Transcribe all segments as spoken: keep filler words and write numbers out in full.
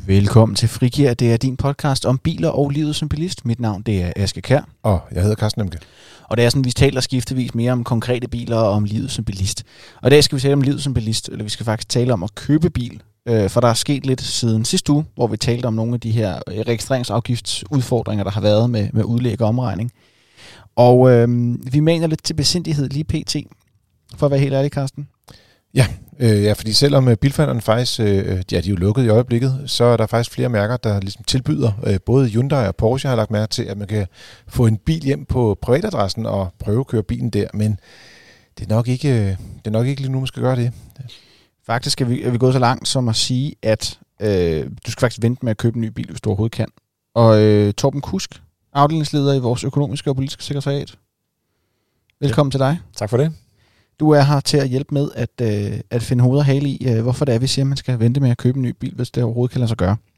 Velkommen til Frigir. Det er din podcast om biler og livet som bilist. Mit navn det er Aske Kjær. Og jeg hedder Carsten Emke. Og det er sådan, vi taler skiftevis mere om konkrete biler og om livet som bilist. Og i dag skal vi tale om livet som bilist, eller vi skal faktisk tale om at købe bil. For der er sket lidt siden sidste uge, hvor vi talte om nogle af de her registreringsafgiftsudfordringer, der har været med, med udlæg og omregning. Og øh, vi mener lidt til besindighed lige pt. For at være helt ærlig, Carsten. Ja, øh, ja, fordi selvom bilforhandlerne faktisk, øh, ja, de er jo lukket i øjeblikket, så er der faktisk flere mærker, der ligesom tilbyder, øh, både Hyundai og Porsche har lagt mærke til, at man kan få en bil hjem på privatadressen og prøve at køre bilen der, men det er nok ikke, øh, det er nok ikke lige nu, man skal gøre det. Faktisk er vi, er vi gået så langt som at sige, at øh, du skal faktisk vente med at købe en ny bil, hvis du overhovedet kan. Og øh, Torben Kusk, afdelingsleder i vores økonomiske og politiske sekretariat. Velkommen ja. til dig. Tak for det. Du er her til at hjælpe med at, øh, at finde hoved og hale i, øh, hvorfor det er, vi siger, at man skal vente med at købe en ny bil, hvis det overhovedet kan lade sig gøre.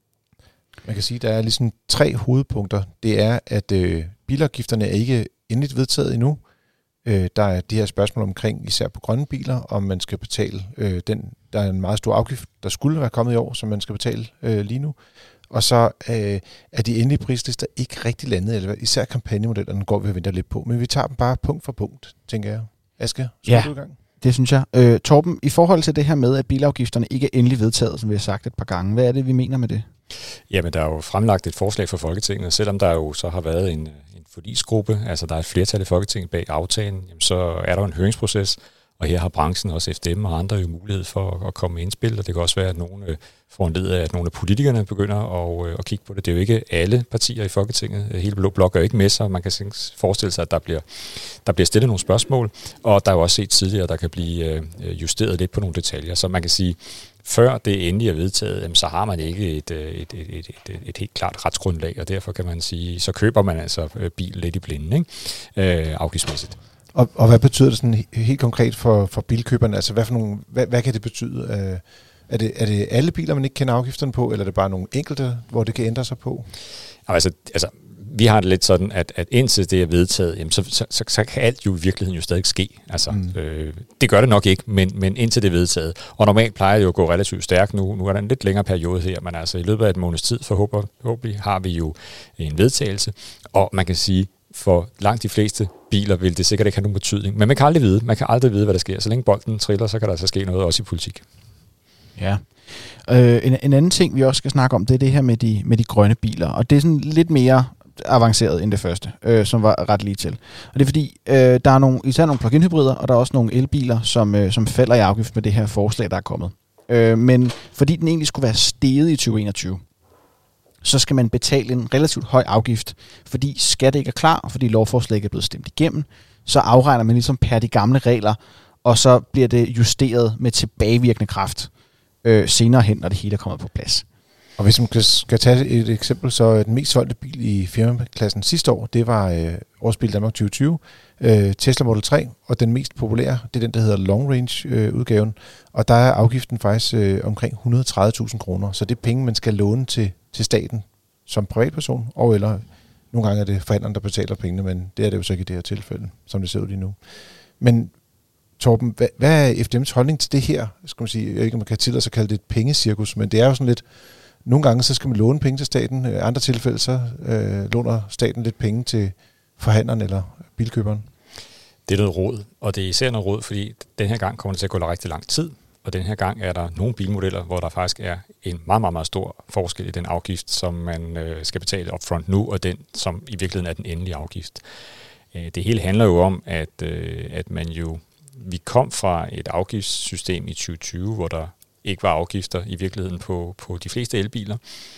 Man kan sige, at der er ligesom tre hovedpunkter. Det er, at øh, bilafgifterne er ikke endeligt vedtaget endnu. Øh, der er de her spørgsmål omkring, især på grønne biler, om man skal betale øh, den. Der er en meget stor afgift, der skulle være kommet i år, som man skal betale øh, lige nu. Og så øh, er de endelige prislister ikke rigtig landet, eller især kampagnemodellerne går vi og venter lidt på. Men vi tager dem bare punkt for punkt, tænker jeg. Aske, skal ja, du i gang? Det synes jeg. Øh, Torben, i forhold til det her med, at bilafgifterne ikke er endelig vedtaget, som vi har sagt et par gange, hvad er det, vi mener med det? Jamen, der er jo fremlagt et forslag for Folketinget, og selvom der jo så har været en, en forligsgruppe, altså der er et flertal i Folketinget bag aftalen, jamen, så er der en høringsproces, og her har branchen, også F D M og andre, jo mulighed for at komme med indspil, og det kan også være, at nogle øh, får en led af, at nogle af politikerne begynder at, øh, at kigge på det. Det er jo ikke alle partier i Folketinget. Hele Blå Blok er jo ikke med, så man kan forestille sig, at der bliver, der bliver stillet nogle spørgsmål, og der er jo også set tidligere, at der kan blive øh, justeret lidt på nogle detaljer. Så man kan sige, før det endelig er vedtaget, jamen, så har man ikke et, et, et, et, et, et helt klart retsgrundlag, og derfor kan man sige, så køber man altså bil lidt i blinden, ikke? Øh, afgiftsmæssigt. Og, og hvad betyder det sådan helt konkret for, for bilkøberne? Altså, hvad, for nogle, hvad, hvad kan det betyde? Uh, er, det, er det alle biler, man ikke kender afgifterne på, eller er det bare nogle enkelte, hvor det kan ændre sig på? Altså, altså vi har det lidt sådan, at, at indtil det er vedtaget, jamen, så, så, så, så kan alt jo i virkeligheden jo stadig ske. Altså, mm. øh, det gør det nok ikke, men, men indtil det er vedtaget. Og normalt plejer det jo at gå relativt stærkt nu. Nu er der en lidt længere periode her, men altså i løbet af et måneds tid, forhåbentlig har vi jo en vedtagelse. Og man kan sige, for langt de fleste biler vil det sikkert ikke have nogen betydning. Men man kan aldrig vide. Man kan aldrig vide, hvad der sker. Så længe bolden triller, så kan der altså ske noget også i politik. Ja. Øh, en, en anden ting, vi også skal snakke om, det er det her med de, med de grønne biler. Og det er sådan lidt mere avanceret end det første, øh, som var ret lige til. Og det er fordi, øh, der er nogle, især nogle plug-in hybrider, og der er også nogle elbiler, som, øh, som falder i afgift med det her forslag, der er kommet. Øh, men fordi den egentlig skulle være steget i tyve enogtyve, så skal man betale en relativt høj afgift, fordi skat ikke er klar, og fordi lovforslaget ikke er blevet stemt igennem, så afregner man ligesom per de gamle regler, og så bliver det justeret med tilbagevirkende kraft øh, senere hen, når det hele er kommet på plads. Og hvis man skal tage et eksempel, så den mest solgte bil i firmaklassen sidste år, det var øh, Årsbil Danmark tyve tyve, øh, Tesla Model tre, og den mest populære, det er den, der hedder Long Range øh, udgaven, og der er afgiften faktisk øh, omkring et hundrede og tredive tusind kroner, så det er penge, man skal låne til, til staten som privatperson, og eller nogle gange er det forhandleren, der betaler pengene, men det er det jo så ikke i det her tilfælde, som det ser ud lige nu. Men Torben, hvad, hvad er F D M's holdning til det her? Skal man sige, jeg ved ikke, om man kan tillade sig at kalde det et pengecirkus, men det er jo sådan lidt, nogle gange så skal man låne penge til staten, i andre tilfælde så øh, låner staten lidt penge til forhandleren eller bilkøberen. Det er noget råd, og det er især noget råd, fordi den her gang kommer det til at gå rigtig lang tid, og den her gang er der nogle bilmodeller, hvor der faktisk er en meget, meget, meget stor forskel i den afgift, som man øh, skal betale upfront nu, og den, som i virkeligheden er den endelige afgift. Øh, det hele handler jo om, at, øh, at man jo, vi kom fra et afgiftssystem i tyve tyve, hvor der ikke var afgifter i virkeligheden på, på de fleste elbiler.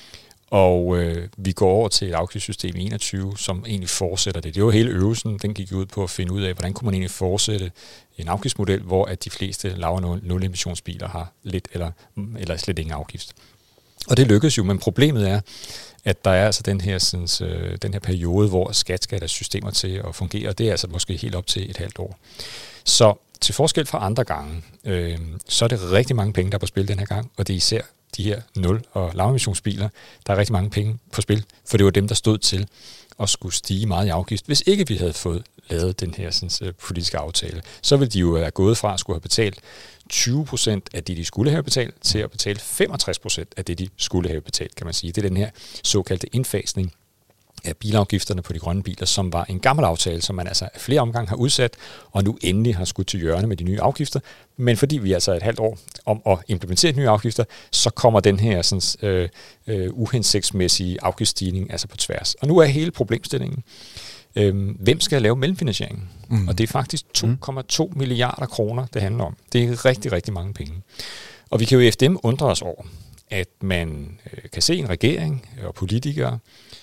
Og øh, vi går over til et afgiftssystem i enogtyve, som egentlig fortsætter det. Det var hele øvelsen, den gik ud på at finde ud af, hvordan kunne man egentlig fortsætte en afgiftsmodel, hvor at de fleste lav- og nul-emissionsbiler har lidt eller, eller slet ingen afgift. Og det lykkedes jo, men problemet er, at der er altså den her, sådan, øh, den her periode, hvor skat skal have systemer til at fungere, og det er altså måske helt op til et halvt år. Så til forskel fra andre gange, øh, så er det rigtig mange penge, der er på spil den her gang, og det er især de her nul- og lavemissionsbiler, der er rigtig mange penge på spil, for det var dem, der stod til at skulle stige meget i afgift. Hvis ikke vi havde fået lavet den her sådan, politiske aftale, så ville de jo være gået fra at skulle have betalt tyve procent af det, de skulle have betalt, til at betale femogtres procent af det, de skulle have betalt, kan man sige. Det er den her såkaldte indfasning af bilafgifterne på de grønne biler, som var en gammel aftale, som man altså flere omgange har udsat, og nu endelig har skudt til hjørne med de nye afgifter. Men fordi vi altså er et halvt år om at implementere de nye afgifter, så kommer den her sådan, øh, øh, uhensigtsmæssige afgiftsstigning altså på tværs. Og nu er hele problemstillingen, øh, hvem skal lave mellemfinansieringen? Mm. Og det er faktisk to komma to milliarder kroner, det handler om. Det er rigtig, rigtig mange penge. Og vi kan jo efter dem undre os over, at man øh, kan se en regering og politikere,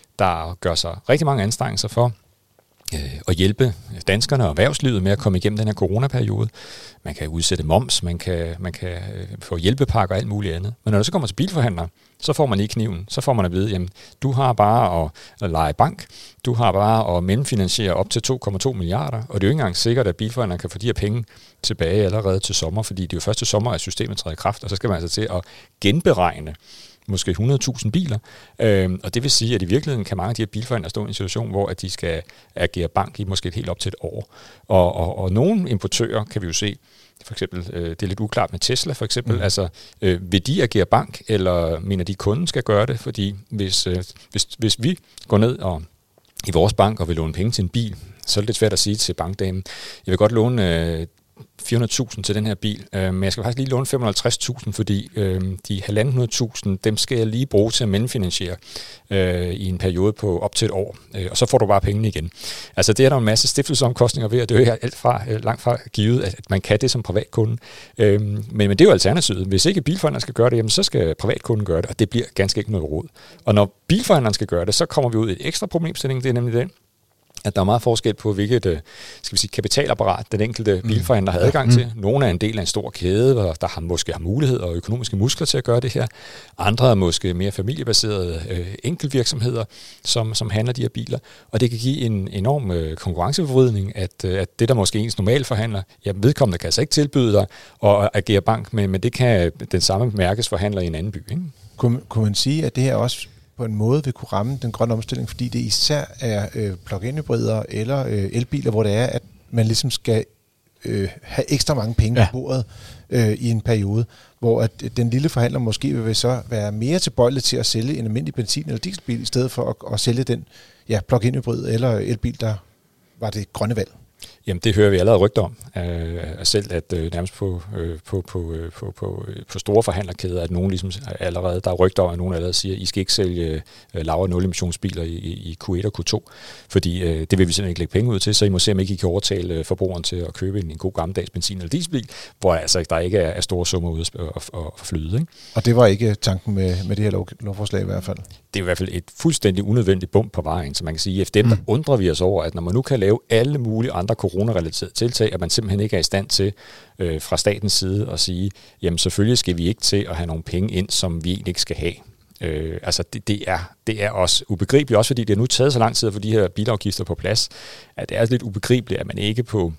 der gør sig rigtig mange anstrengelser for øh, at hjælpe danskerne og erhvervslivet med at komme igennem den her coronaperiode. Man kan udsætte moms, man kan, man kan øh, få hjælpepakker og alt muligt andet. Men når det så kommer til bilforhandlere, så får man ikke kniven. Så får man at vide, jamen, du har bare at, at lege bank, du har bare at mellemfinansiere op til to komma to milliarder, og det er jo ikke engang sikkert, at bilforhandlere kan få de her penge tilbage allerede til sommer, fordi det er jo først til sommer, at systemet træder i kraft, og så skal man altså til at genberegne måske hundrede tusind biler, øh, og det vil sige, at i virkeligheden kan mange af de her bilforhandlere stå i en situation, hvor at de skal agere bank i måske et helt op til et år. Og, og, og nogle importører kan vi jo se, for eksempel, øh, det er lidt uklart med Tesla for eksempel, mm. altså øh, vil de agere bank, eller mener de, kunden skal gøre det? Fordi hvis, øh, hvis, hvis vi går ned og i vores bank og vil låne penge til en bil, så er det lidt svært at sige til bankdamen, jeg vil godt låne øh, fire hundrede tusind til den her bil, øh, men jeg skal faktisk lige låne fem hundrede og halvtreds tusind, fordi øh, de halvanden tusind, dem skal jeg lige bruge til at mellemfinansiere øh, i en periode på op til et år, øh, og så får du bare pengene igen. Altså det er der en masse stiftelsesomkostninger ved, og det er jo ikke alt fra, øh, langt fra givet, at man kan det som privatkunde. Øh, men, men det er jo alternativet. Hvis ikke bilforhandleren skal gøre det, jamen, så skal privatkunden gøre det, og det bliver ganske ikke noget råd. Og når bilforhandleren skal gøre det, så kommer vi ud i et ekstra problemstilling, det er nemlig den, at der er meget forskel på, hvilket skal vi sige, kapitalapparat den enkelte bilforhandler har adgang til. Nogle er en del af en stor kæde, der har måske har mulighed og økonomiske muskler til at gøre det her. Andre er måske mere familiebaserede øh, enkeltvirksomheder, som, som handler de her biler. Og det kan give en enorm øh, konkurrenceforvridning, at, øh, at det, der måske ens normale forhandler, ja, vedkommende kan altså ikke tilbyde dig at agere bank, men, men det kan den samme mærkesforhandler i en anden by. Ikke? Kunne, kunne man sige, at det her også på en måde vil kunne ramme den grønne omstilling, fordi det især er øh, plug-in hybrider eller øh, elbiler, hvor det er, at man ligesom skal øh, have ekstra mange penge ja. på bordet øh, i en periode, hvor at den lille forhandler måske vil så være mere tilbøjelig til at sælge en almindelig benzin- eller dieselbil, i stedet for at, at sælge den ja, plug-in hybrid eller elbil, der var det grønne valg. Jamen, det hører vi allerede rygter om øh, selv, at øh, nærmest på, øh, på, på, øh, på, på, øh, på store forhandlerkæder, at nogen ligesom allerede, der er rygter om, at nogen allerede siger, at I skal ikke sælge øh, lav- og nul-emissionsbiler i, i Q et og Q to, fordi øh, det vil vi simpelthen ikke lægge penge ud til, så I må se, om ikke I kan overtale øh, forbrugeren til at købe en, en god gammeldags benzin- eller dieselbil, hvor altså, der ikke er, er store summer ude at flyde. Ikke? Og det var ikke tanken med, med det her lov, lovforslag i hvert fald? Det er i hvert fald et fuldstændig unødvendigt bump på vejen, så man kan sige, at efter dem, der mm. undrer vi os over, at når man nu kan lave alle mulige andre coronarelaterede tiltag, at man simpelthen ikke er i stand til øh, fra statens side at sige, jamen selvfølgelig skal vi ikke til at have nogle penge ind, som vi egentlig ikke skal have. Øh, altså det, det, er, det er også ubegribeligt, også fordi det er nu taget så lang tid at få de her bilafgifter på plads, at det er lidt ubegribeligt, at man ikke på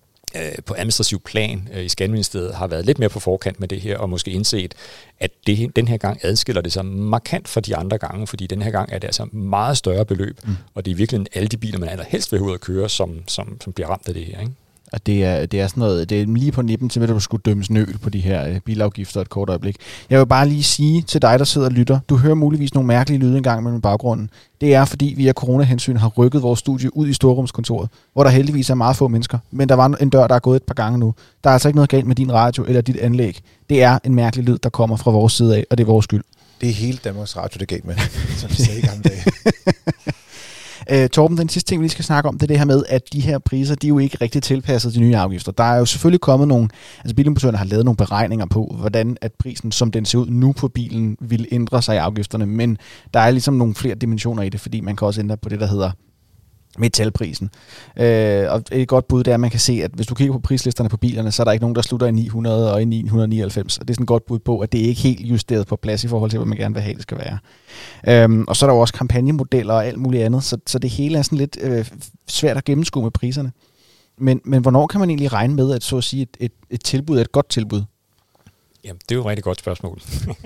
på administrativ plan øh, i Skatteministeriet har været lidt mere på forkant med det her, og måske indset, at det, den her gang adskiller det sig markant fra de andre gange, fordi den her gang er det altså meget større beløb, mm. og det er virkelig alle de biler, man allerhelst vil ud at køre, som, som, som bliver ramt af det her, ikke? Og det er, det er sådan noget, det er lige på nippen til, at du skulle dømmes nøl på de her øh, bilafgifter et kort øjeblik. Jeg vil bare lige sige til dig, der sidder og lytter, du hører muligvis nogle mærkelige lyde engang med baggrunden. Det er, fordi vi af coronahensyn har rykket vores studie ud i storrumskontoret, hvor der heldigvis er meget få mennesker, men der var en dør, der er gået et par gange nu. Der er altså ikke noget galt med din radio eller dit anlæg. Det er en mærkelig lyd, der kommer fra vores side af, og det er vores skyld. Det er hele Danmarks Radio, det er galt med, som vi sagde i gamle dage. Uh, Torben, den sidste ting, vi lige skal snakke om, det er det her med, at de her priser, de er jo ikke rigtig tilpasset de nye afgifter. Der er jo selvfølgelig kommet nogle, altså bilimportørerne har lavet nogle beregninger på, hvordan at prisen, som den ser ud nu på bilen, vil ændre sig i afgifterne, men der er ligesom nogle flere dimensioner i det, fordi man kan også ændre på det, der hedder metalprisen. Øh, og et godt bud, det er, at man kan se, at hvis du kigger på prislisterne på bilerne, så er der ikke nogen, der slutter i ni hundrede og i ni hundrede nioghalvfems. Og det er sådan et godt bud på, at det ikke er helt justeret på plads i forhold til, hvad man gerne vil have, det skal være. Øhm, og så er der jo også kampagnemodeller og alt muligt andet, så, så det hele er sådan lidt øh, svært at gennemskue med priserne. men, men hvornår kan man egentlig regne med, at så at sige, et, et, et tilbud er et godt tilbud? Jamen, det er jo et rigtig godt spørgsmål.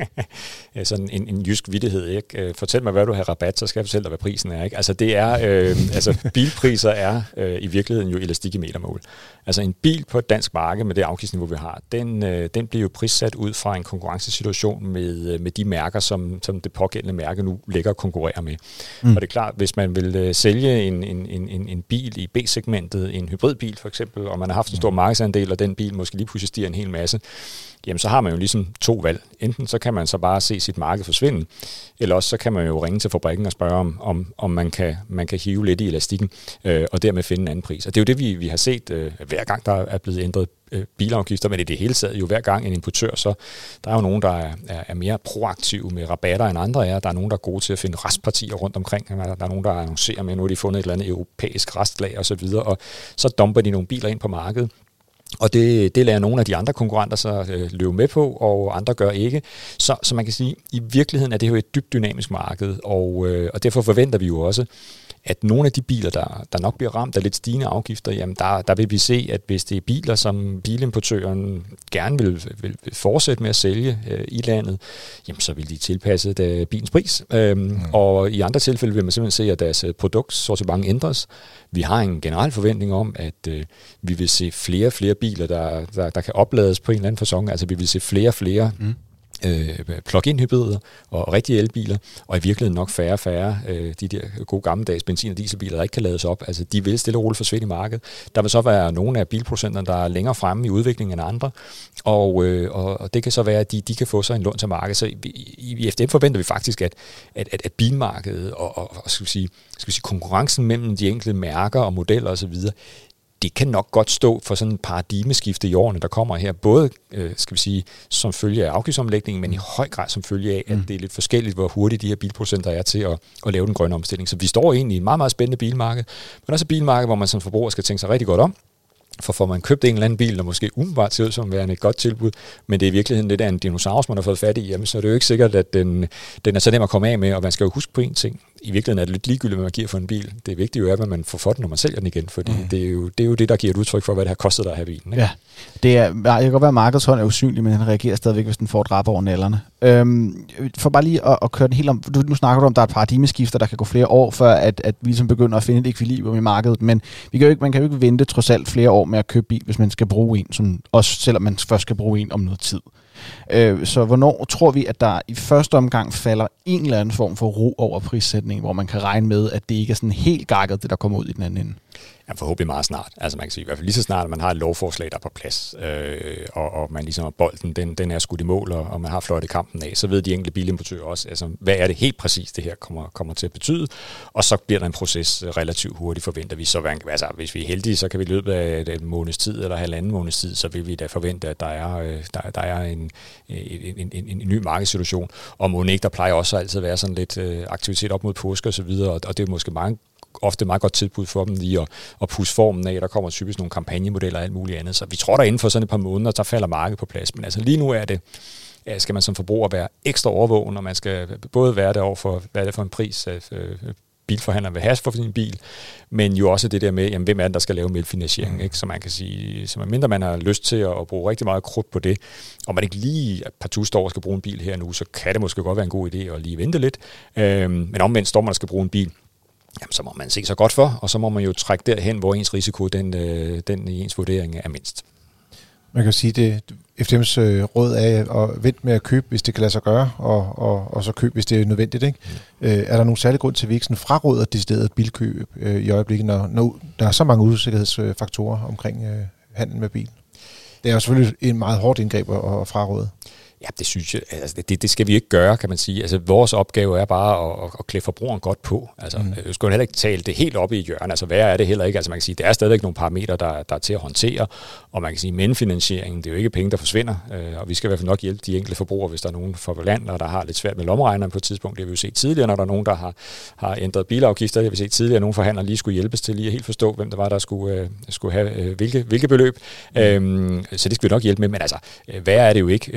Sådan en, en jysk vittighed, ikke? Fortæl mig, hvad du har rabat, så skal jeg fortælle dig, hvad prisen er, ikke? Altså, det er, øh, altså, bilpriser er øh, i virkeligheden jo elastik i metermål. Altså, en bil på et dansk marked med det afgiftsniveau, vi har, den, øh, den bliver jo prissat ud fra en konkurrencesituation med, med de mærker, som, som det pågældende mærke nu ligger og konkurrerer med. Mm. Og det er klart, hvis man vil øh, sælge en, en, en, en bil i B-segmentet, en hybridbil for eksempel, og man har haft en stor markedsandel, og den bil måske lige pludselig stiger en hel masse, jamen så har man jo ligesom to valg. Enten så kan man så bare se sit marked forsvinde, eller også så kan man jo ringe til fabrikken og spørge, om, om, om man, kan, man kan hive lidt i elastikken, øh, og dermed finde en anden pris. Og det er jo det, vi, vi har set øh, hver gang, der er blevet ændret øh, bilafgifter, men i det hele taget jo hver gang en importør, så der er jo nogen, der er, er, er mere proaktive med rabatter end andre er. Der er nogen, der er gode til at finde restpartier rundt omkring. Der er nogen, der annoncerer med, nu har de fundet et eller andet europæisk restlag og så videre, og så dumper de nogle biler ind på markedet. Og det, det lader nogle af de andre konkurrenter så øh, løbe med på, og andre gør ikke. Så, så man kan sige, at i virkeligheden er det jo et dybt dynamisk marked, og, øh, og derfor forventer vi jo også, at nogle af de biler, der, der nok bliver ramt af lidt stigende afgifter, jamen der, der vil vi se, at hvis det er biler, som bilimportøren gerne vil, vil, vil fortsætte med at sælge øh, i landet, jamen så vil de tilpasse det, bilens pris. Øhm, mm. Og i andre tilfælde vil man simpelthen se, at deres produktsortiment ændres. Vi har en generel forventning om, at øh, vi vil se flere og flere biler, der, der, der kan oplades på en eller anden facon. Altså vi vil se flere og flere mm. øh, plug-in hybrider og rigtige elbiler, og i virkeligheden nok færre og færre øh, de der gode gammeldags benzin- og dieselbiler, der ikke kan lades op. Altså de vil stille og roligt forsvinde i markedet. Der vil så være nogle af bilproducenterne, der er længere fremme i udviklingen end andre, og, øh, og, og det kan så være, at de, de kan få sig en lån til markedet. Så i, i, i F D M forventer vi faktisk, at, at, at, at bilmarkedet og, og, og skal vi sige, skal vi sige, konkurrencen mellem de enkelte mærker og modeller osv., det kan nok godt stå for sådan en paradigmeskifte i årene, der kommer her, både øh, skal vi sige, som følge af afgiftsomlægningen, men i høj grad som følge af, at det er lidt forskelligt, hvor hurtigt de her bilproducenter er til at, at lave den grønne omstilling. Så vi står egentlig i et meget, meget spændende bilmarked, men også et bilmarked, hvor man som forbruger skal tænke sig rigtig godt om. For får man købt en eller anden bil, der måske umiddelbart ser ud som værende et godt tilbud, men det er i virkeligheden lidt af en dinosaurus, man har fået fat i, jamen, så er det jo ikke sikkert, at den, den er så nem at komme af med, og man skal jo huske på en ting. I virkeligheden er det lidt ligegyldigt, hvad man giver for en bil. Det vigtige jo er, hvad man får for den, når man sælger den igen, fordi mm. det, er jo, det er jo det, der giver et udtryk for, hvad det har kostet dig at have bilen. Ikke? Ja, det er, jeg kan godt være, at markedshånd er usynlig, men den reagerer stadigvæk, hvis den får et rap over nælderne. Øhm, for bare lige at, at køre den helt om, du, nu snakker du om, at der er et paradigmeskifter, der kan gå flere år, før at, at vi ligesom begynder at finde et ekvilibrium i markedet, men vi kan jo ikke, man kan jo ikke vente trods alt flere år med at købe bil, hvis man skal bruge en, som, også selvom man først skal bruge en om noget tid. Øh, så hvornår tror vi, at der i første omgang falder en eller anden form for ro over prissætningen, hvor man kan regne med, at det ikke er sådan helt gakket, det der kommer ud i den anden ende? Ja, forhåbentlig meget snart. Altså man kan sige, i hvert fald lige så snart, at man har et lovforslag, der er på plads, øh, og, og man ligesom har bolden, den, den er skudt i mål, og, og man har fløjtet kampen af, så ved de enkelte bilimportører også, altså, hvad er det helt præcis, det her kommer, kommer til at betyde, og så bliver der en proces relativt hurtigt, forventer vi. Så altså, hvis vi er heldige, så kan vi i løbet af en måneds tid, eller halvanden måneds tid, så vil vi da forvente, at der er, der, der er en, en, en, en, en ny markedssituation, og må ikke, der plejer også altid at være sådan lidt øh, aktivitet op mod påske og så videre, og, og det er måske mange ofte meget godt tilbud for dem lige at, at pusse formen af. Der kommer typisk nogle kampagnemodeller og alt muligt andet. Så vi tror, der inden for sådan et par måneder, der falder markedet på plads. Men altså lige nu er det, skal man som forbruger være ekstra overvågen, og man skal både være der over for, hvad er det for en pris, at bilforhandleren vil have for sin bil, men jo også det der med, jamen, hvem er det, der skal lave medfinansiering, mm. ikke? Så man kan sige, så mindre man har lyst til at, at bruge rigtig meget krudt på det, og man ikke lige partout står og skal bruge en bil her nu, så kan det måske godt være en god idé at lige vente lidt. Øhm, men omvendt står man og skal bruge en bil, jamen, så må man se sig godt for, og så må man jo trække derhen, hvor ens risiko, den, den i ens vurdering er mindst. Man kan sige, det F D M's øh, råd er at vente med at købe, hvis det kan lade sig gøre, og, og, og så købe, hvis det er nødvendigt. Ikke? Mm. Øh, er der nogen særlig grund til, at vi ikke sådan fraråder decideret bilkøb øh, i øjeblikket, når, når der er så mange usikkerhedsfaktorer omkring øh, handel med bil? Det er jo selvfølgelig en meget hårdt indgreb at, at fraråde. Ja, det synes jeg, altså det, det skal vi ikke gøre, kan man sige. Altså vores opgave er bare at, at klæde forbrugeren godt på. Altså, mm. jeg skal jo heller ikke tale det helt op i hjørnet. Altså, hvad er det heller ikke? Altså, man kan sige, der er stadigvæk nogle parametre, der, der er til at håndtere, og man kan sige, medfinansieringen, det er jo ikke penge, der forsvinder, øh, og vi skal i hvert fald nok hjælpe de enkelte forbrugere, hvis der er nogen forvaltere, der har lidt svært med lommeregneren på et tidspunkt. Det har vi jo set tidligere, når der er nogen, der har, har ændret bilafgifter. Det har vi set tidligere, at nogle forhandlere lige skulle hjælpes til lige at helt forstå, hvem der var, der skulle, øh, skulle have øh, hvilke, hvilke beløb. Mm. Øhm, så det skal vi nok hjælpe med, men altså, hvad er det jo ikke med medfinansiering?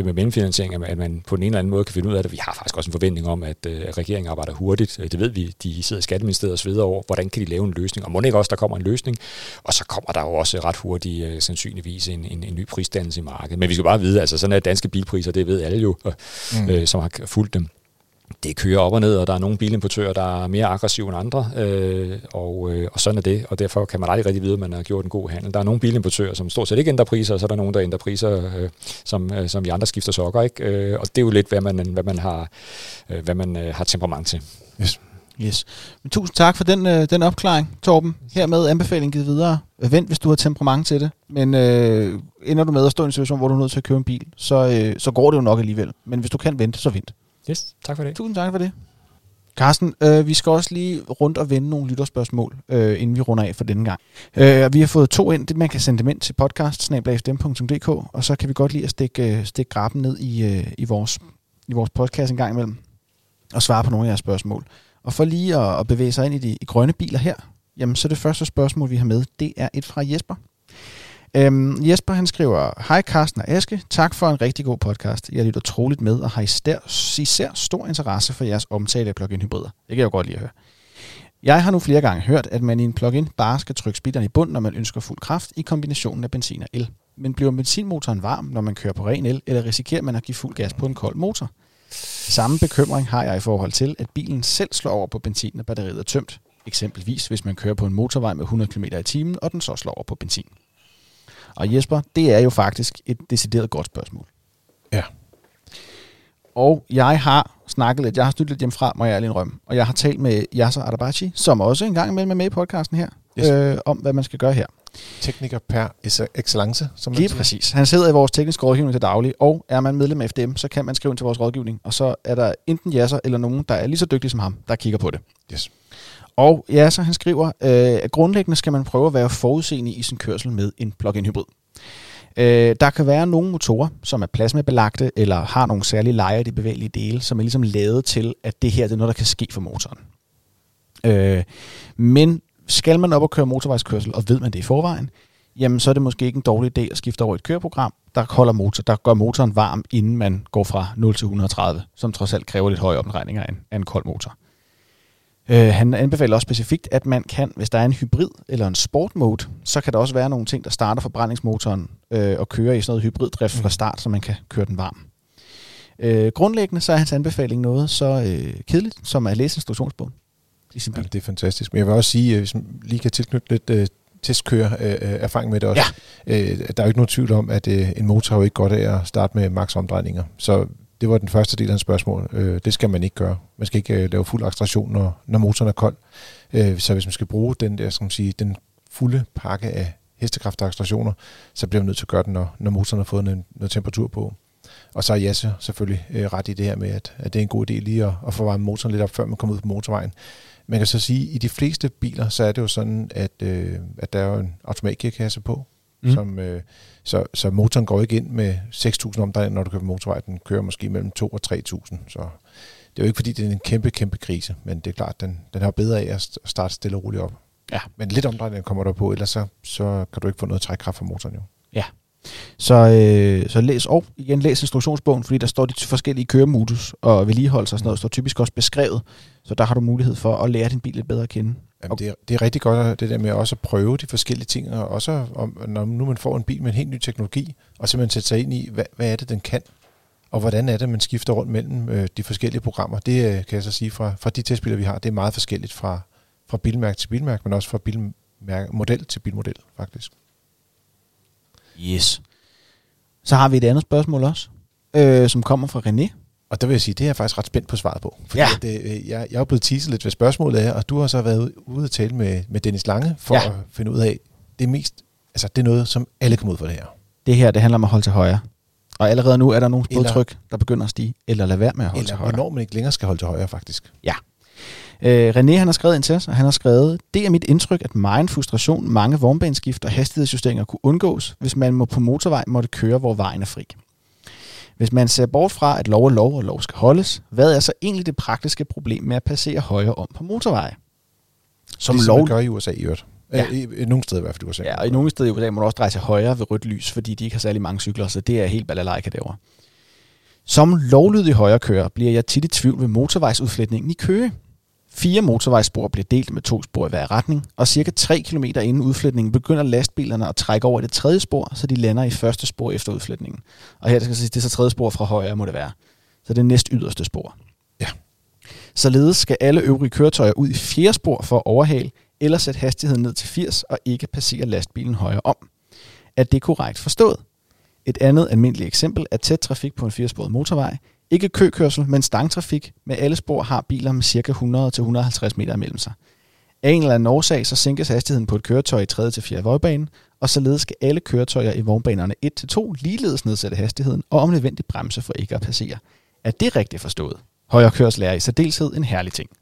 selvfinansiering, at man på en eller anden måde kan finde ud af det. Vi har faktisk også en forventning om, at, at regeringen arbejder hurtigt. Det ved vi, de sidder i Skatteministeriet og så videre over, hvordan kan de lave en løsning, og må ikke også, der kommer en løsning, og så kommer der jo også ret hurtigt uh, sandsynligvis en, en, en ny prisdannelse i markedet. Men vi skal bare vide, altså sådan er danske bilpriser, det ved alle jo, mm. øh, som har fulgt dem. Det kører op og ned, og der er nogle bilimportører, der er mere aggressive end andre, øh, og, øh, og sådan er det, og derfor kan man aldrig rigtig vide, at man har gjort en god handel. Der er nogle bilimportører, som stort set ikke ændrer priser, og så er der nogen, der ændrer priser, øh, som, øh, som vi andre skifter sokker, ikke? Øh, og det er jo lidt, hvad man, hvad man, har, øh, hvad man øh, har temperament til. Yes. Yes. Men tusind tak for den, øh, den opklaring, Torben. Hermed anbefaling givet videre. Vent, hvis du har temperament til det. Men øh, ender du med at stå i en situation, hvor du er nødt til at købe en bil, så, øh, så går det jo nok alligevel. Men hvis du kan vente, så vent. Yes, tak for det. Tusind tak for det. Carsten, øh, vi skal også lige rundt og vende nogle lytterspørgsmål, øh, inden vi runder af for denne gang. Øh, vi har fået to ind, det man kan sende dem ind til podcast snabel-a f d m punktum d k, og så kan vi godt lige at stikke, stikke graben ned i, øh, i, vores, i vores podcast en gang imellem, og svare på nogle af jeres spørgsmål. Og for lige at, at bevæge sig ind i de i grønne biler her, jamen så det første spørgsmål, vi har med, det er et fra Jesper. Øhm, Jesper han skriver: Hej Carsten og Aske, tak for en rigtig god podcast. Jeg lytter troligt med og har især, især stor interesse for jeres omtale af plug-in hybrider. Det kan jeg jo godt lide at høre. Jeg har nu flere gange hørt, at man i en plug-in bare skal trykke speederen i bund, når man ønsker fuld kraft i kombinationen af benzin og el. Men bliver benzinmotoren varm, når man kører på ren el, eller risikerer man at give fuld gas på en kold motor? Samme bekymring har jeg i forhold til, at bilen selv slår over på benzin, når batteriet er tømt. Eksempelvis hvis man kører på en motorvej med hundrede kilometer i timen, og den så slår over på benzin. Og Jesper, det er jo faktisk et decideret godt spørgsmål. Ja. Og jeg har snakket lidt, jeg har snydt lidt hjemmefra, må jeg ærlig indrømme. Og jeg har talt med Yasser Adabachi, som også en gang imellem er med i podcasten her, yes. øh, om hvad man skal gøre her. Tekniker per excellence, som man Lige siger. præcis. Han sidder i vores tekniske rådgivning til daglig, og er man medlem af F D M, så kan man skrive ind til vores rådgivning, og så er der enten Yasser eller nogen, der er lige så dygtig som ham, der kigger på det. Yes. Og ja, så han skriver, øh, at grundlæggende skal man prøve at være forudseende i sin kørsel med en plug-in hybrid. Øh, der kan være nogle motorer, som er plasmabelagte, eller har nogle særlige lejer i de bevægelige dele, som er ligesom lavet til, at det her det er noget, der kan ske for motoren. Øh, men skal man op og køre motorvejskørsel, og ved man det i forvejen, jamen så er det måske ikke en dårlig idé at skifte over et køreprogram, der holder motor, der gør motoren varm, inden man går fra nul til et hundrede og tredive, som trods alt kræver lidt høje opregninger af en, af en kold motor. Uh, han anbefaler også specifikt, at man kan, hvis der er en hybrid eller en sportmode, så kan der også være nogle ting, der starter forbrændingsmotoren uh, og kører i sådan noget hybriddrift fra start, så man kan køre den varm. Uh, grundlæggende så er hans anbefaling noget så uh, kedeligt, som at læse instruktionsbogen i sin bil. Ja, det er fantastisk. Men jeg vil også sige, hvis man lige kan tilknytte lidt uh, testkøre uh, erfaring med det også. Ja. Uh, der er jo ikke nogen tvivl om, at uh, en motor jo ikke godt af at starte med maks omdrejninger. Så det var den første del af hans spørgsmål. Øh, det skal man ikke gøre. Man skal ikke øh, lave fuld acceleration, når, når motoren er kold. Øh, så hvis man skal bruge den der, skal man sige, den fulde pakke af hestekraft og accelerationer, så bliver man nødt til at gøre den, når, når motoren har fået noget, noget temperatur på. Og så er Jasse selvfølgelig øh, ret i det her med, at, at det er en god idé lige at, at få varmet motoren lidt op, før man kommer ud på motorvejen. Man kan så sige, at i de fleste biler, så er det jo sådan, at, øh, at der er jo en automatgearkasse på, mm. som... Øh, Så, så motoren går ikke ind med seks tusind omdrejninger, når du kører på motorvej. Den kører måske mellem to og tre tusind. Så det er jo ikke, fordi det er en kæmpe, kæmpe krise. Men det er klart, den, den har bedre af at starte stille og roligt op. Ja. Men lidt omdrejninger kommer der på, ellers så, så kan du ikke få noget trækkraft fra motoren jo. Ja. Så, øh, så læs og igen læs instruktionsbogen, fordi der står de forskellige køremodus og vedligeholdelse og sådan noget, står typisk også beskrevet. Så der har du mulighed for at lære din bil lidt bedre at kende. Jamen, det, er, det er rigtig godt, det der med også at prøve de forskellige ting, og også om, når nu man får en bil med en helt ny teknologi, og simpelthen sætte sig ind i, hvad, hvad er det, den kan, og hvordan er det, man skifter rundt mellem øh, de forskellige programmer. Det øh, kan jeg så sige fra, fra de testbiler, vi har, det er meget forskelligt fra, fra bilmærke til bilmærke, men også fra bilmærke, model til bilmodel, faktisk. Yes. Så har vi et andet spørgsmål også, øh, som kommer fra René. Og der vil jeg sige, det er jeg faktisk ret spændt på svaret på. Fordi ja. det, jeg, jeg er blevet teaset lidt ved spørgsmålet her, og du har så været ude at tale med, med Dennis Lange, for ja. at finde ud af, det er mest, altså det er noget, som alle kommer ud for det her. Det her, det handler om at holde til højre. Og allerede nu er der nogle blodtryk, der begynder at stige, eller lade være med at holde til højre. Eller hvornår man ikke længere skal holde til højre, faktisk. Ja. Øh, René, han har skrevet ind til os, og han har skrevet, det er mit indtryk, at megen frustration, mange vognbaneskift og hastighedsjusteringer kunne undgås, hvis man må på motorvej måtte køre, hvor vejen er fri. Hvis man ser bort fra, at lov er lov, og lov skal holdes, hvad er så egentlig det praktiske problem med at passere højre om på motorveje? Som det, lov... man gør i U S A i øvrigt. Ja. I, i nogle steder i hvert fald i U S A. Ja, og i nogle steder i U S A må du også dreje til højre ved rødt lys, fordi de ikke har særlig mange cykler, så det er helt balalajka derovre. Som lovlydig højrekører bliver jeg tit i tvivl ved motorvejsudfletningen i Køge. Fire motorvejsspor bliver delt med to spor i hver retning, og cirka tre kilometer inden udfletningen begynder lastbilerne at trække over i det tredje spor, så de lander i første spor efter udfletningen. Og her skal jeg sige, det er så tredje spor fra højre, må det være. Så det er næst yderste spor. Ja. Således skal alle øvrige køretøjer ud i fjerde spor for at overhale, eller sætte hastigheden ned til firs og ikke passere lastbilen højre om. Er det korrekt forstået? Et andet almindeligt eksempel er tæt trafik på en firesporet motorvej. Ikke køkørsel, men stangtrafik. Med alle spor har biler med ca. hundrede til hundrede og halvtreds meter imellem sig. Af en eller anden årsag, så sænkes hastigheden på et køretøj i tredje til fjerde vognbane, og således skal alle køretøjer i vognbanerne et til to ligeledes nedsætte hastigheden og om nødvendigt bremse for ikke at passere. Er det rigtigt forstået? Højre kørsel er i særdeleshed en herlig ting.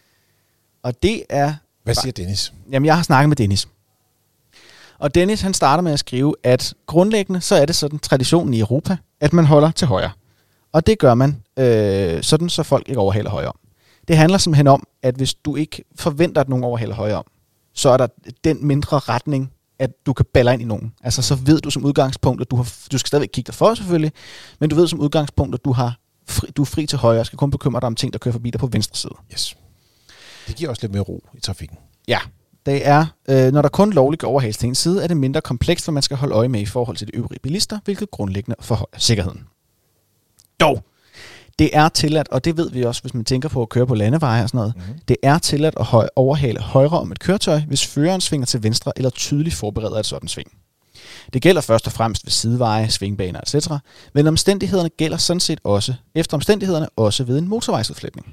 Og det er... Hvad siger Dennis? Jamen, jeg har snakket med Dennis. Og Dennis, han starter med at skrive, at grundlæggende, så er det sådan traditionen i Europa, at man holder til højre. Og det gør man øh, sådan, så folk ikke overhaler højre om. Det handler simpelthen om, at hvis du ikke forventer, at nogen overhaler højre om, så er der den mindre retning, at du kan balle ind i nogen. Altså, så ved du som udgangspunkt, at du har, du skal stadigvæk kigge dig for selvfølgelig, men du ved som udgangspunkt, at du, har fri, du er fri til højre og skal kun bekymre dig om ting, der kører forbi dig på venstre side. Yes. Det giver også lidt mere ro i trafikken. Ja, det er, øh, når der kun lovligt overhales til en side, er det mindre komplekst, hvad man skal holde øje med i forhold til de øvrige bilister, hvilket grundlæggende forhøjer sikkerheden. Dog, det er tilladt, og det ved vi også, hvis man tænker på at køre på landeveje og sådan noget, mm-hmm. det er tilladt at høj- overhale højre om et køretøj, hvis føreren svinger til venstre eller tydeligt forbereder et sådan sving. Det gælder først og fremmest ved sideveje, svingbaner et cetera, men omstændighederne gælder sådan set også, efter omstændighederne også ved en motorvejsudfletning.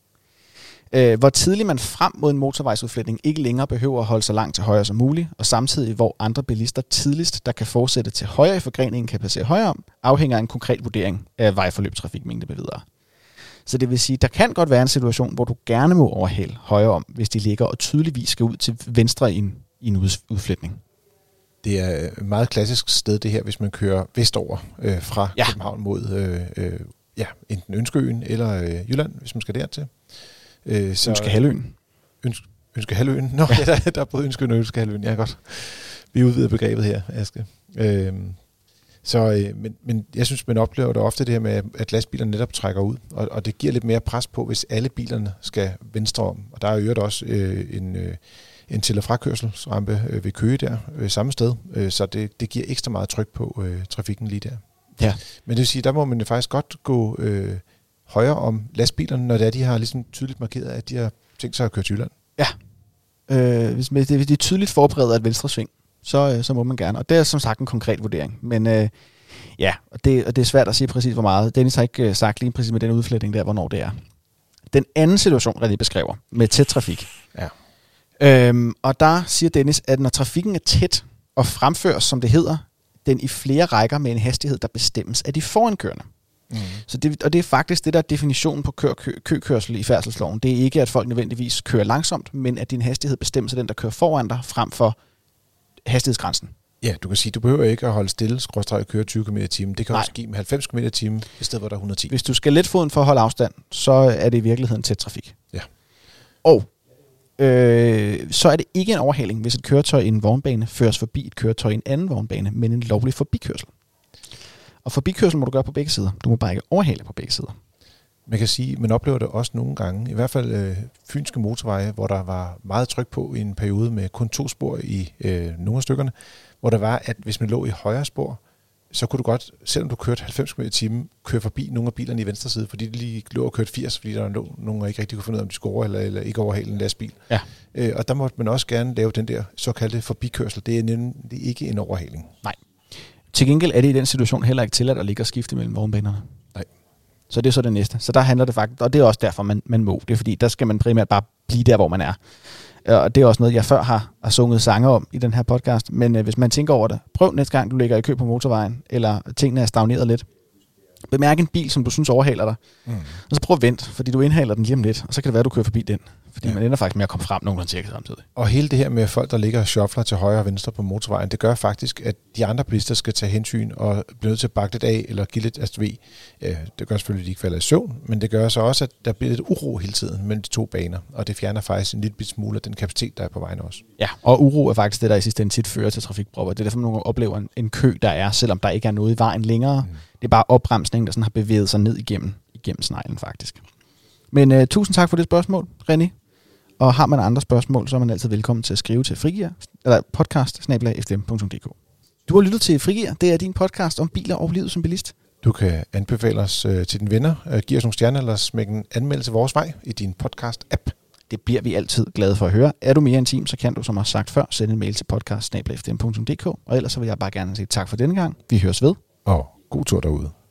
Øh, hvor tidligt man frem mod en motorvejsudfletning ikke længere behøver at holde så langt til højre som muligt, og samtidig hvor andre bilister tidligst, der kan fortsætte til højre i forgreningen, kan passere højre om, afhænger af en konkret vurdering af vejforløb, trafikmængde med videre. Så det vil sige, der kan godt være en situation, hvor du gerne må overhale højre om, hvis de ligger og tydeligvis skal ud til venstre i en, i en udfletning. Det er et meget klassisk sted, det her, hvis man kører vestover øh, fra ja. København mod øh, øh, ja, enten Ønskeøen eller øh, Jylland, hvis man skal dertil. Øh, så Ønskehalvøen. Ønske, Ønskehalvøen. Nå, ja. der, der er både Ønskeøen og Ønskehalvøen. Ja, godt. Vi udvider begrebet her, Aske. Øh, så, øh, men, men jeg synes, man oplever det ofte det her med, at lastbilerne netop trækker ud, og, og det giver lidt mere pres på, hvis alle bilerne skal venstre om. Og der er jo også øh, en, øh, en til- og frakørselsrampe øh, ved Køge der, øh, samme sted, øh, så det, det giver ekstra meget tryk på øh, trafikken lige der. Ja. Men det vil sige, der må man jo faktisk godt gå øh, højere om lastbilerne, når det er, de har ligesom tydeligt markeret, at de har tænkt sig at køre til Jylland. Ja. Øh, hvis, hvis de tydeligt forbereder et venstre sving, så, øh, så må man gerne. Og det er som sagt en konkret vurdering. Men øh, ja, og det, og det er svært at sige præcis, hvor meget. Dennis har ikke øh, sagt lige præcis med den udfletning der, hvornår det er. Den anden situation, der lige beskriver, med tæt trafik. Ja. Øhm, og der siger Dennis, at når trafikken er tæt og fremføres, som det hedder, den i flere rækker med en hastighed, der bestemmes af de forankørende. Mm. Så det, og det er faktisk det, der er definitionen på kø, kø, køkørsel i færdselsloven. Det er ikke, at folk nødvendigvis kører langsomt, men at din hastighed bestemmes af den, der kører foran dig, frem for hastighedsgrænsen. Ja, du kan sige, du behøver ikke at holde stille, skråstreg køre tyve kilometer i timen. Det kan Nej. også give med halvfems kilometer i timen, i stedet hvor der er et hundrede og ti. Hvis du skal let foden for at holde afstand, så er det i virkeligheden tæt trafik. Ja. Og øh, så er det ikke en overhaling, hvis et køretøj i en vognbane føres forbi et køretøj i en anden vognbane, men en lovlig forbikørsel. Og forbikørsel må du gøre på begge sider. Du må bare ikke overhale på begge sider. Man kan sige, man oplever det også nogle gange, i hvert fald øh, fynske motorveje, hvor der var meget tryk på i en periode med kun to spor i øh, nogle af stykkerne, hvor der var, at hvis man lå i højre spor, så kunne du godt, selvom du kørte halvfems kilometer i timen, køre forbi nogle af bilerne i venstre side, fordi de lige lå og kørte firs, fordi der lå nogen, der ikke rigtig kunne finde ud af, om de skulle over eller, eller ikke overhale en lastbil. Ja. Øh, og der måtte man også gerne lave den der såkaldte forbikørsel. Det er nemlig det er ikke en overhaling. Nej. Til gengæld er det i den situation heller ikke tilladt at ligge og skifte mellem vognbanerne. Nej. Så det er så det næste. Så der handler det faktisk, og det er også derfor, man, man må. Det er fordi, der skal man primært bare blive der, hvor man er. Og det er også noget, jeg før har, har sunget sange om i den her podcast. Men øh, hvis man tænker over det, prøv næste gang, du ligger i kø på motorvejen, eller tingene er stagneret lidt. Bemærk en bil, som du synes overhaler dig. Mm. Og så prøv at vente, fordi du indhaler den lige om lidt, og så kan det være, at du kører forbi den. fordi Ja. man ender faktisk med at komme frem nogenlunde cirka samtidig. Og hele det her med folk, der ligger og shuffler til højre og venstre på motorvejen, det gør faktisk, at de andre bilister skal tage hensyn og blive nødt til at bakke lidt af, eller give lidt af ved. Det gør selvfølgelig, at de ikke falder i søvn, men det gør så også, at der bliver lidt uro hele tiden mellem de to baner, og det fjerner faktisk en lille smule af den kapacitet, der er på vejen også. Ja, og uro er faktisk det, der i sidste ende tit fører til trafikpropper. Det er derfor, man nogle gange oplever en, en kø, der er, selvom der ikke er noget i vejen længere. Mm. Det er bare opbremsningen, der sådan har bevæget sig ned igennem, igennem sneglen faktisk. Men uh, tusind tak for det spørgsmål, René. Og har man andre spørgsmål, så er man altid velkommen til at skrive til Frigir, eller podcast snabel-a f d m punktum d k. Du har lyttet til Frigir. Det er din podcast om biler og livet som bilist. Du kan anbefale os øh, til dine venner, øh, give os nogle stjerner, eller smække en anmeldelse vores vej i din podcast-app. Det bliver vi altid glade for at høre. Er du mere intim, så kan du, som jeg har sagt før, sende en mail til podcast snabel-a f d m punktum d k. Og ellers så vil jeg bare gerne sige tak for denne gang. Vi høres ved. Og god tur derude.